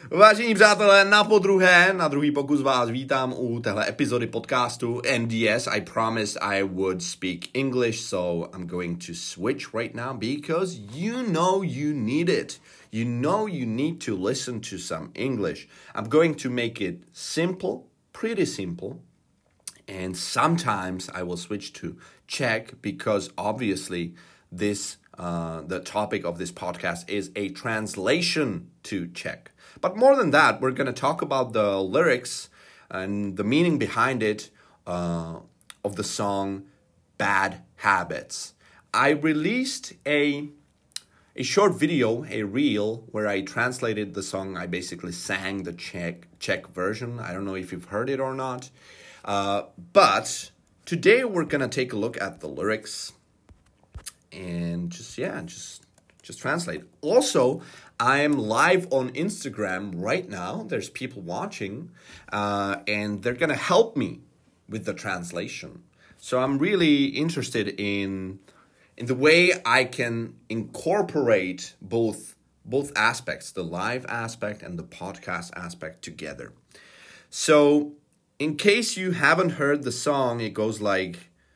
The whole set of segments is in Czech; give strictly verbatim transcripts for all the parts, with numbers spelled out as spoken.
Vážení přátelé, na podruhé, na druhý pokus vás vítám u téhle epizody podcastu N D S. I promised I would speak English, so I'm going to switch right now because you know you need it. You know you need to listen to some English. I'm going to make it simple, pretty simple, and sometimes I will switch to Czech because obviously this uh, the topic of this podcast is a translation to Czech. But more than that, we're going to talk about the lyrics and the meaning behind it uh, of the song Bad Habits. I released a a short video, a reel, where I translated the song. I basically sang the Czech, Czech version. I don't know if you've heard it or not. Uh, but today we're going to take a look at the lyrics and just, yeah, just just translate. Also, I am live on Instagram right now. There's people watching, uh, and they're going to help me with the translation. So I'm really interested in in the way I can incorporate both both aspects, the live aspect and the podcast aspect together. So in case you haven't heard the song, it goes like...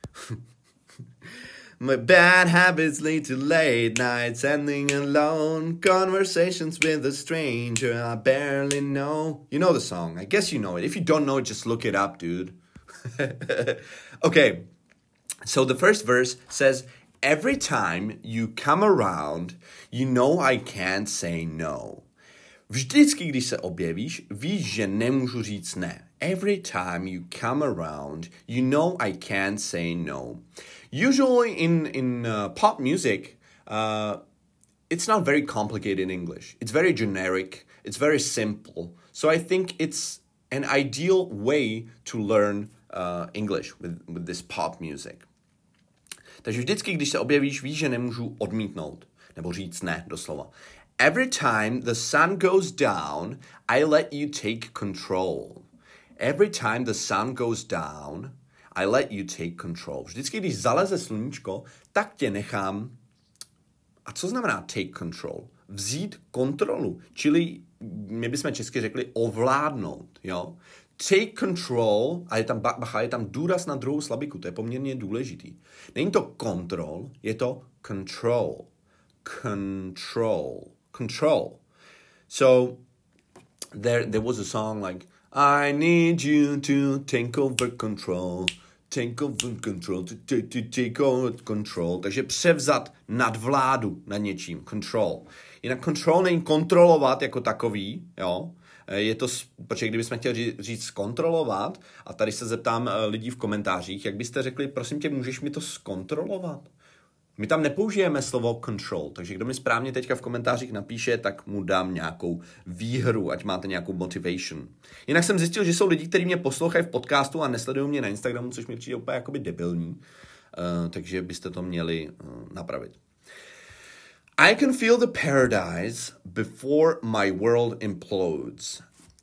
My bad habits lead to late nights, ending alone, conversations with a stranger I barely know. You know the song. I guess you know it. If you don't know it, just look it up, dude. Okay, so the first verse says, every time you come around, you know I can't say no. Vždycky, když se objevíš, víš, že nemůžu říct ne. Every time you come around, you know I can't say no. Usually in, in uh, pop music, uh, it's not very complicated in English. It's very generic. It's very simple. So I think it's an ideal way to learn uh, English with, with this pop music. Takže vždycky, když se objevíš, víš, že nemůžu odmítnout. Nebo říct ne, doslova. Every time the sun goes down, I let you take control. Every time the sun goes down, I let you take control. Vždycky, když zaleze sluníčko, tak tě nechám... A co znamená take control? Vzít kontrolu. Čili, my bychom česky řekli, ovládnout. Jo? Take control, a je tam, bacha, je tam důraz na druhou slabiku, to je poměrně důležitý. Není to control, je to control. Control. Control. So, there, there was a song like, I need you to take over control, take over control, to, to, to take over control. Takže převzat nadvládu nad něčím, control. Jinak control není kontrolovat jako takový, jo. Je to, protože kdybychom chtěli říct zkontrolovat, a tady se zeptám lidí v komentářích, jak byste řekli, prosím tě, můžeš mi to zkontrolovat? My tam nepoužijeme slovo control, takže kdo mi správně teďka v komentářích napíše, tak mu dám nějakou výhru, ať máte nějakou motivation. Jinak jsem zjistil, že jsou lidi, kteří mě poslouchají v podcastu a nesledují mě na Instagramu, což mi přijde úplně jakoby debilní, uh, takže byste to měli uh, napravit. I can feel the paradise before my world implodes.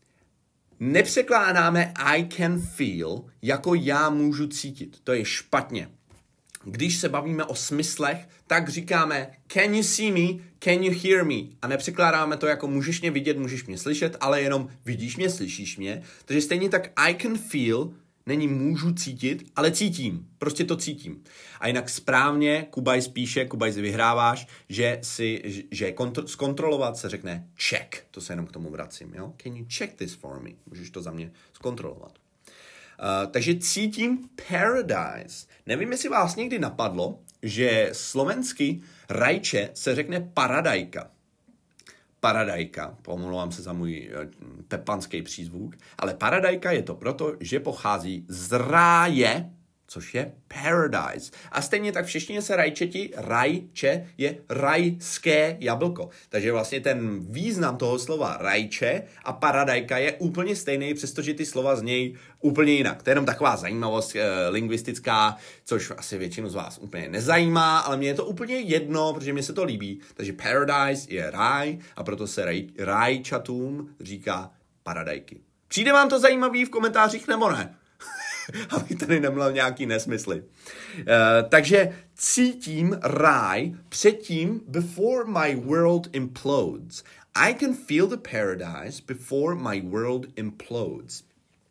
Nepřekládáme I can feel jako já můžu cítit. To je špatně. Když se bavíme o smyslech, tak říkáme can you see me, can you hear me a nepřekládáme to jako můžeš mě vidět, můžeš mě slyšet, ale jenom vidíš mě, slyšíš mě. Takže stejně tak I can feel není můžu cítit, ale cítím. Prostě to cítím. A jinak správně Kubajs píše, Kubajs vyhráváš, že si, že kontro, zkontrolovat se řekne check. To se jenom k tomu vracím, jo? Can you check this for me? Můžeš to za mě zkontrolovat. Uh, takže cítím paradise. Nevím, jestli vás někdy napadlo, že slovensky rajče se řekne paradajka. Paradajka, pomlouvám se za můj uh, pepanský přízvuk, ale paradajka je to proto, že pochází z ráje, což je paradise. A stejně tak v češtině se rajčeti, rajče je rajské jablko. Takže vlastně ten význam toho slova rajče a paradajka je úplně stejný, přestože ty slova znějí úplně jinak. To je jenom taková zajímavost e, lingvistická, což asi většinu z vás úplně nezajímá, ale mně je to úplně jedno, protože mi se to líbí. Takže paradise je ráj a proto se raj, rajčatům říká paradajky. Přijde vám to zajímavý v komentářích nebo ne? Abych tady nemlel nějaký nesmysly. Uh, takže cítím ráj předtím, before my world implodes. I can feel the paradise before my world implodes.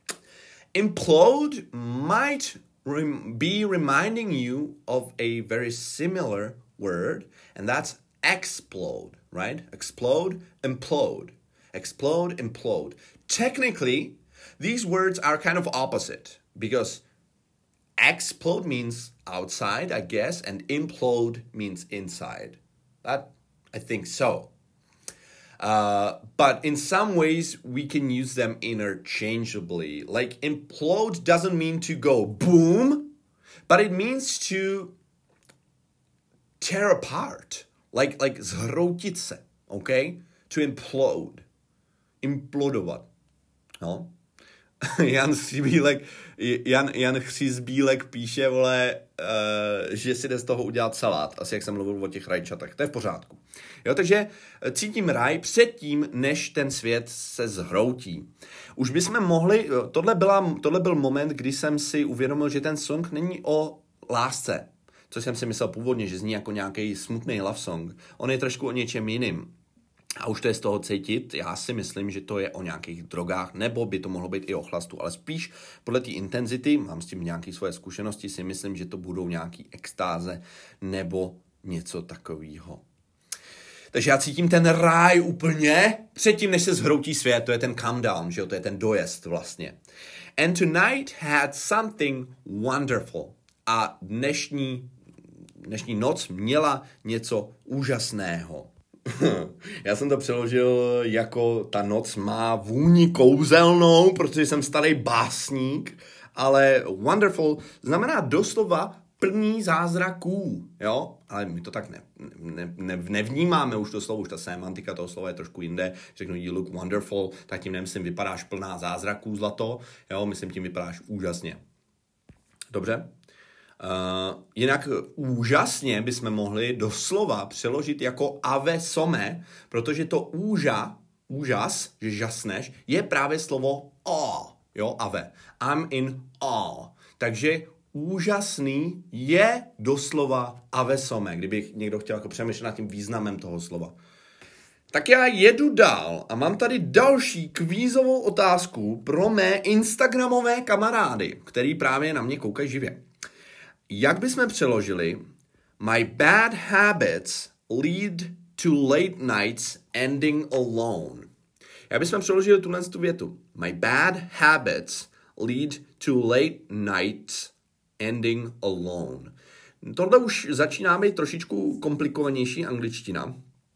Implode might rem- be reminding you of a very similar word, and that's explode, right? Explode, implode. Explode, implode. Technically, these words are kind of opposite because explode means outside, I guess, and implode means inside. That, I think so. Uh, but in some ways, we can use them interchangeably. Like implode doesn't mean to go boom, but it means to tear apart. Like, like zhroutit se, okay? To implode. Implodovat. No? Jan Chřibílek, Jan, Jan Chřibílek píše, vole, uh, že si jde z toho udělat salát. Asi jak jsem mluvil o těch rajčatech. To je v pořádku. Jo, takže cítím raj předtím, než ten svět se zhroutí. Už bychom mohli, tohle, byla, tohle byl moment, kdy jsem si uvědomil, že ten song není o lásce. Co jsem si myslel původně, že zní jako nějaký smutný love song. On je trošku o něčem jiným. A už to je z toho cítit, já si myslím, že to je o nějakých drogách, nebo by to mohlo být i o chlastu, ale spíš podle té intenzity, mám s tím nějaké svoje zkušenosti, si myslím, že to budou nějaký extáze nebo něco takového. Takže já cítím ten ráj úplně předtím, než se zhroutí svět, to je ten calm down, že jo, to je ten dojezd vlastně. And tonight had something wonderful. A dnešní, dnešní noc měla něco úžasného. Já jsem to přeložil jako ta noc má vůni kouzelnou, protože jsem starý básník, ale wonderful znamená doslova plný zázraků, jo? Ale my to tak ne, ne, ne, nevnímáme už to slovo, už ta semantika toho slova je trošku jinde. Řeknu you look wonderful, tak tím nemyslím vypadáš plná zázraků zlato, jo? Myslím tím vypadáš úžasně. Dobře? Uh, jinak úžasně bychom mohli doslova přeložit jako ave some, protože to úža, úžas, že žasneš, je právě slovo awe, jo, ave. I'm in awe. Takže úžasný je doslova ave some, kdyby někdo chtěl jako přemýšlet nad tím významem toho slova. Tak já jedu dál a mám tady další kvízovou otázku pro mé instagramové kamarády, který právě na mě koukají živě. Jak bychom přeložili My bad habits lead to late nights ending alone. Jak bychom přeložili tuhle tu větu? My bad habits lead to late nights ending alone. Tohle už začíná být trošičku komplikovanější angličtina.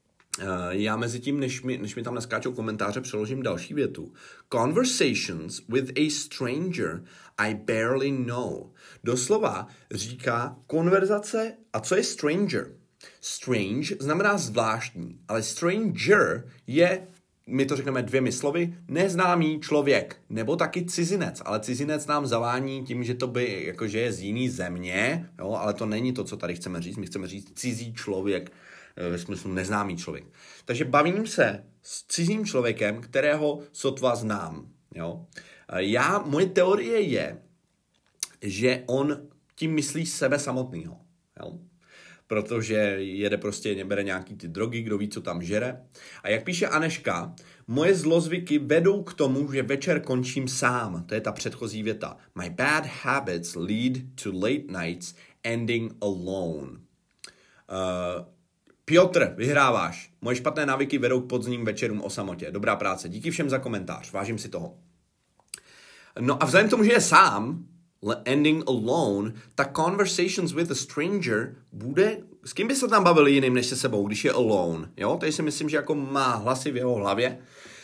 Já mezi tím, než mi, než mi tam naskáčou komentáře, přeložím další větu. Conversations with a stranger I barely know. Doslova říká konverzace, a co je stranger? Strange znamená zvláštní, ale stranger je, my to řekneme dvěmi slovy, neznámý člověk, nebo taky cizinec, ale cizinec nám zavání tím, že to by, jakože je z jiný země, jo, ale to není to, co tady chceme říct, my chceme říct cizí člověk, ve smyslu neznámý člověk. Takže bavím se s cizím člověkem, kterého sotva znám. Jo? Já, moje teorie je, že on tím myslí sebe samotného. Jo? Protože jede prostě, bere nějaký ty drogy, kdo ví, co tam žere. A jak píše Aneška, moje zlozvyky vedou k tomu, že večer končím sám. To je ta předchozí věta. My bad habits lead to late nights ending alone. Uh, Piotr, vyhráváš. Moje špatné návyky vedou k pozdním večerům o samotě. Dobrá práce. Díky všem za komentář. Vážím si toho. No a vzhledem k tomu, že je sám, ending alone, tak conversations with a stranger bude... S kým by se tam bavili jiným než se sebou, když je alone? Jo? Takže si myslím, že jako má hlasy v jeho hlavě.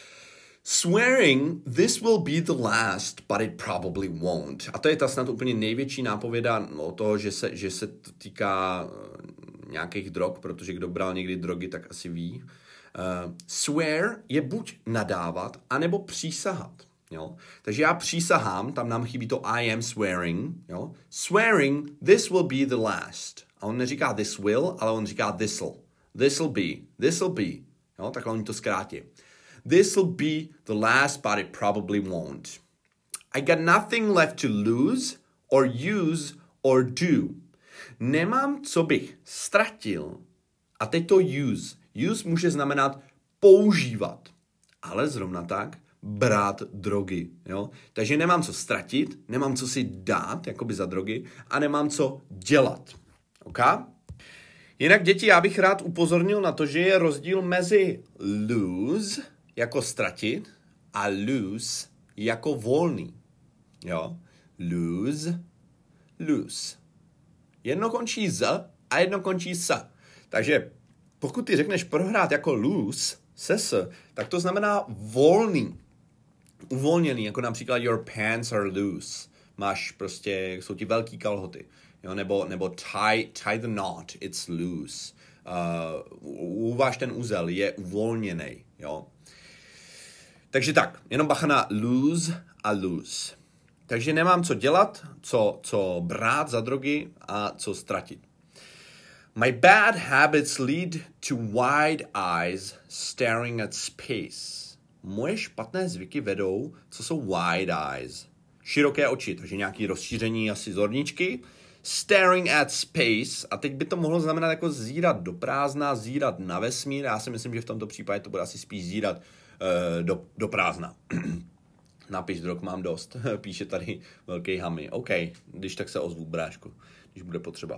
Swearing, this will be the last, but it probably won't. A to je ta snad úplně největší nápověda o toho, že se, že se to týká nějakých drog, protože kdo bral někdy drogy, tak asi ví. Uh, swear je buď nadávat, anebo přísahat. Jo? Takže já přísahám, tam nám chybí to I am swearing. Jo? Swearing, this will be the last. A on neříká this will, ale on říká this'll. This'll be, this'll be. Jo? Takhle oni to zkrátí. This'll be the last, but it probably won't. I got nothing left to lose, or use, or do. Nemám, co bych ztratil. A teď to use. Use může znamenat používat, ale zrovna tak brát drogy, jo. Takže nemám co ztratit, nemám co si dát, jakoby za drogy, a nemám co dělat, ok? Jinak, děti, já bych rád upozornil na to, že je rozdíl mezi lose, jako ztratit, a lose, jako volný, jo. Lose, lose. Jedno končí z a jedno končí s. Takže pokud ty řekneš prohrát jako lose, se s, tak to znamená volný, uvolněný, jako například your pants are loose. Máš prostě, jsou ti velký kalhoty. Jo, nebo, nebo tie, tie the knot, it's loose. Uh, uváž ten úzel, je uvolněný. Jo. Takže tak, jenom bacha na lose a lose. Takže nemám co dělat, co, co brát za drogy a co ztratit. My bad habits lead to wide eyes staring at space. Moje špatné zvyky vedou, co jsou wide eyes. Široké oči, takže nějaké rozšíření asi zorničky. Staring at space, a teď by to mohlo znamenat jako zírat do prázdna, zírat na vesmír. Já si myslím, že v tomto případě to bude asi spíš zírat uh, do, do prázdna. Napiš drog, mám dost. Píše tady velký hamy. OK, když tak se ozvu, brášku, když bude potřeba.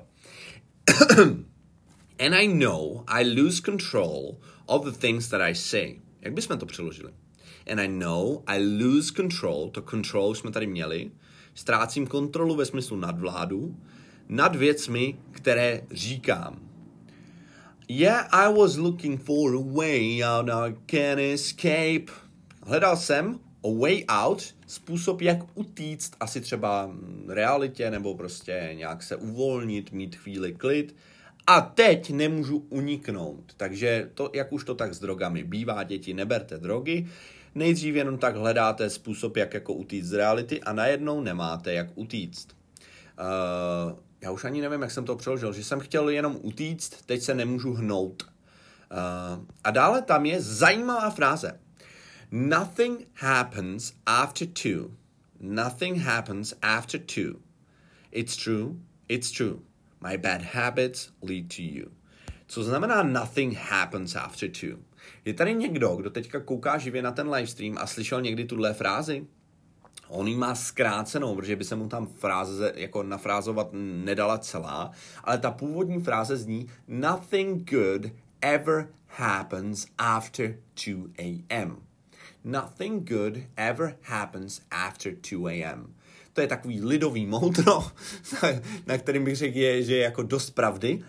And I know I lose control of the things that I say. Jak bychom to přeložili? And I know I lose control, to control jsme tady měli, ztrácím kontrolu ve smyslu nadvládu, nad věcmi, které říkám. Yeah, I was looking for a way out, I can't escape. Hledal jsem a way out, způsob, jak utíct, asi třeba realitě, nebo prostě nějak se uvolnit, mít chvíli klid. A teď nemůžu uniknout. Takže to, jak už to tak s drogami bývá, děti, neberte drogy. Nejdřív jenom tak hledáte způsob, jak jako utíct z reality a najednou nemáte, jak utíct. Uh, já už ani nevím, jak jsem to přeložil, že jsem chtěl jenom utíct, teď se nemůžu hnout. Uh, a dále tam je zajímavá fráze. Nothing happens after two. Nothing happens after two. It's true, it's true. My bad habits lead to you. Co znamená nothing happens after two? Je tady někdo, kdo teďka kouká živě na ten livestream a slyšel někdy tuhle frázi? On ji má zkrácenou, protože by se mu tam fráze jako nafrázovat nedala celá, ale ta původní fráze zní nothing good ever happens after two a.m. Nothing good ever happens after two a.m. To je takový lidový moudro, na kterým bych řekl, je, že je jako dost pravdy.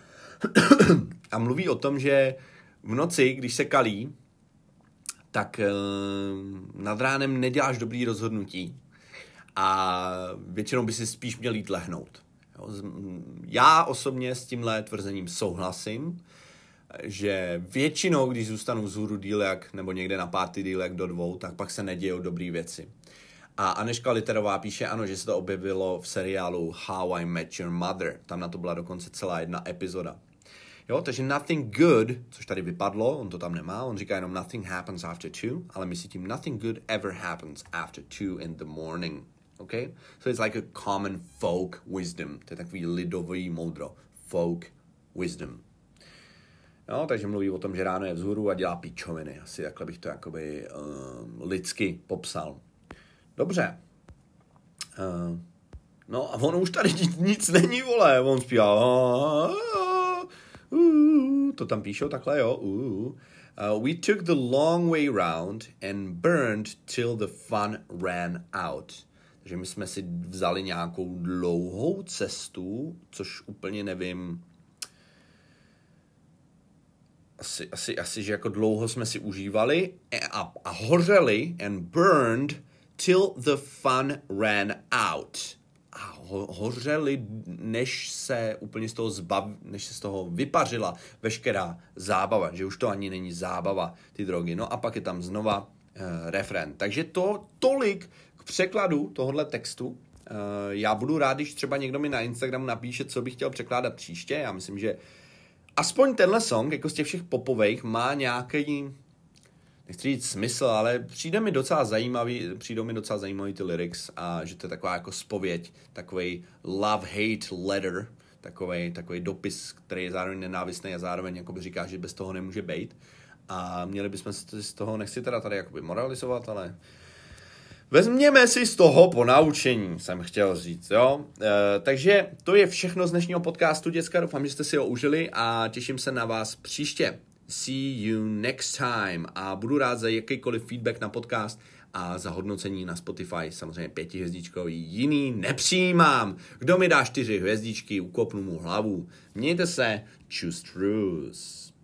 A mluví o tom, že v noci, když se kalí, tak uh, nad ránem neděláš dobrý rozhodnutí a většinou by si spíš měl jít lehnout. Jo? Já osobně s tímhle tvrzením souhlasím, že většinou, když zůstanu vzhůru díl jak, nebo někde na party díl jak do dvou, tak pak se nedějou dobrý věci. A Anežka Literová píše, ano, že se to objevilo v seriálu How I Met Your Mother. Tam na to byla dokonce celá jedna epizoda. Jo, takže nothing good, což tady vypadlo, on to tam nemá, on říká jenom nothing happens after two, ale myslí tím nothing good ever happens after two in the morning. Okay? So it's like a common folk wisdom. To je takový lidový moudro. Folk wisdom. Jo, takže mluví o tom, že ráno je vzhůru a dělá píčoviny. Asi takhle bych to jakoby um, lidsky popsal. Dobře. Uh, no a ono už tady nic není, vole. On zpívá. Uh, to tam píšou takhle, jo. Uh. Uh, we took the long way round and burned till the fun ran out. Takže my jsme si vzali nějakou dlouhou cestu, což úplně nevím. Asi, asi, asi že jako dlouho jsme si užívali a, a hořeli and burned till the fun ran out. A ho, hořeli, než se úplně z toho zbav, než se z toho vypařila veškerá zábava, že už to ani není zábava, ty drogy. No a pak je tam znova uh, refrén. Takže to tolik k překladu tohohle textu. Uh, já budu rád, když třeba někdo mi na Instagramu napíše, co bych chtěl překládat příště. Já myslím, že aspoň tenhle song, jako z těch všech popových, má nějaký, nechci říct smysl, ale přijde mi docela zajímavý, přijdou mi docela zajímavý ty lyrics a že to je taková jako zpověď, takovej love-hate letter, takovej, takovej dopis, který je zároveň nenávistný a zároveň jakoby říká, že bez toho nemůže být. a měli bychom si z toho, nechci teda tady jakoby moralizovat, ale vezměme si z toho ponaučení, jsem chtěl říct, jo. E, takže to je všechno z dnešního podcastu, děcka, doufám, že jste si ho užili a těším se na vás příště. See you next time a budu rád za jakýkoliv feedback na podcast a za hodnocení na Spotify, samozřejmě pětihvězdičkový, jiný nepřijímám. Kdo mi dá čtyři hvězdičky, ukopnu mu hlavu. Mějte se, čus trus.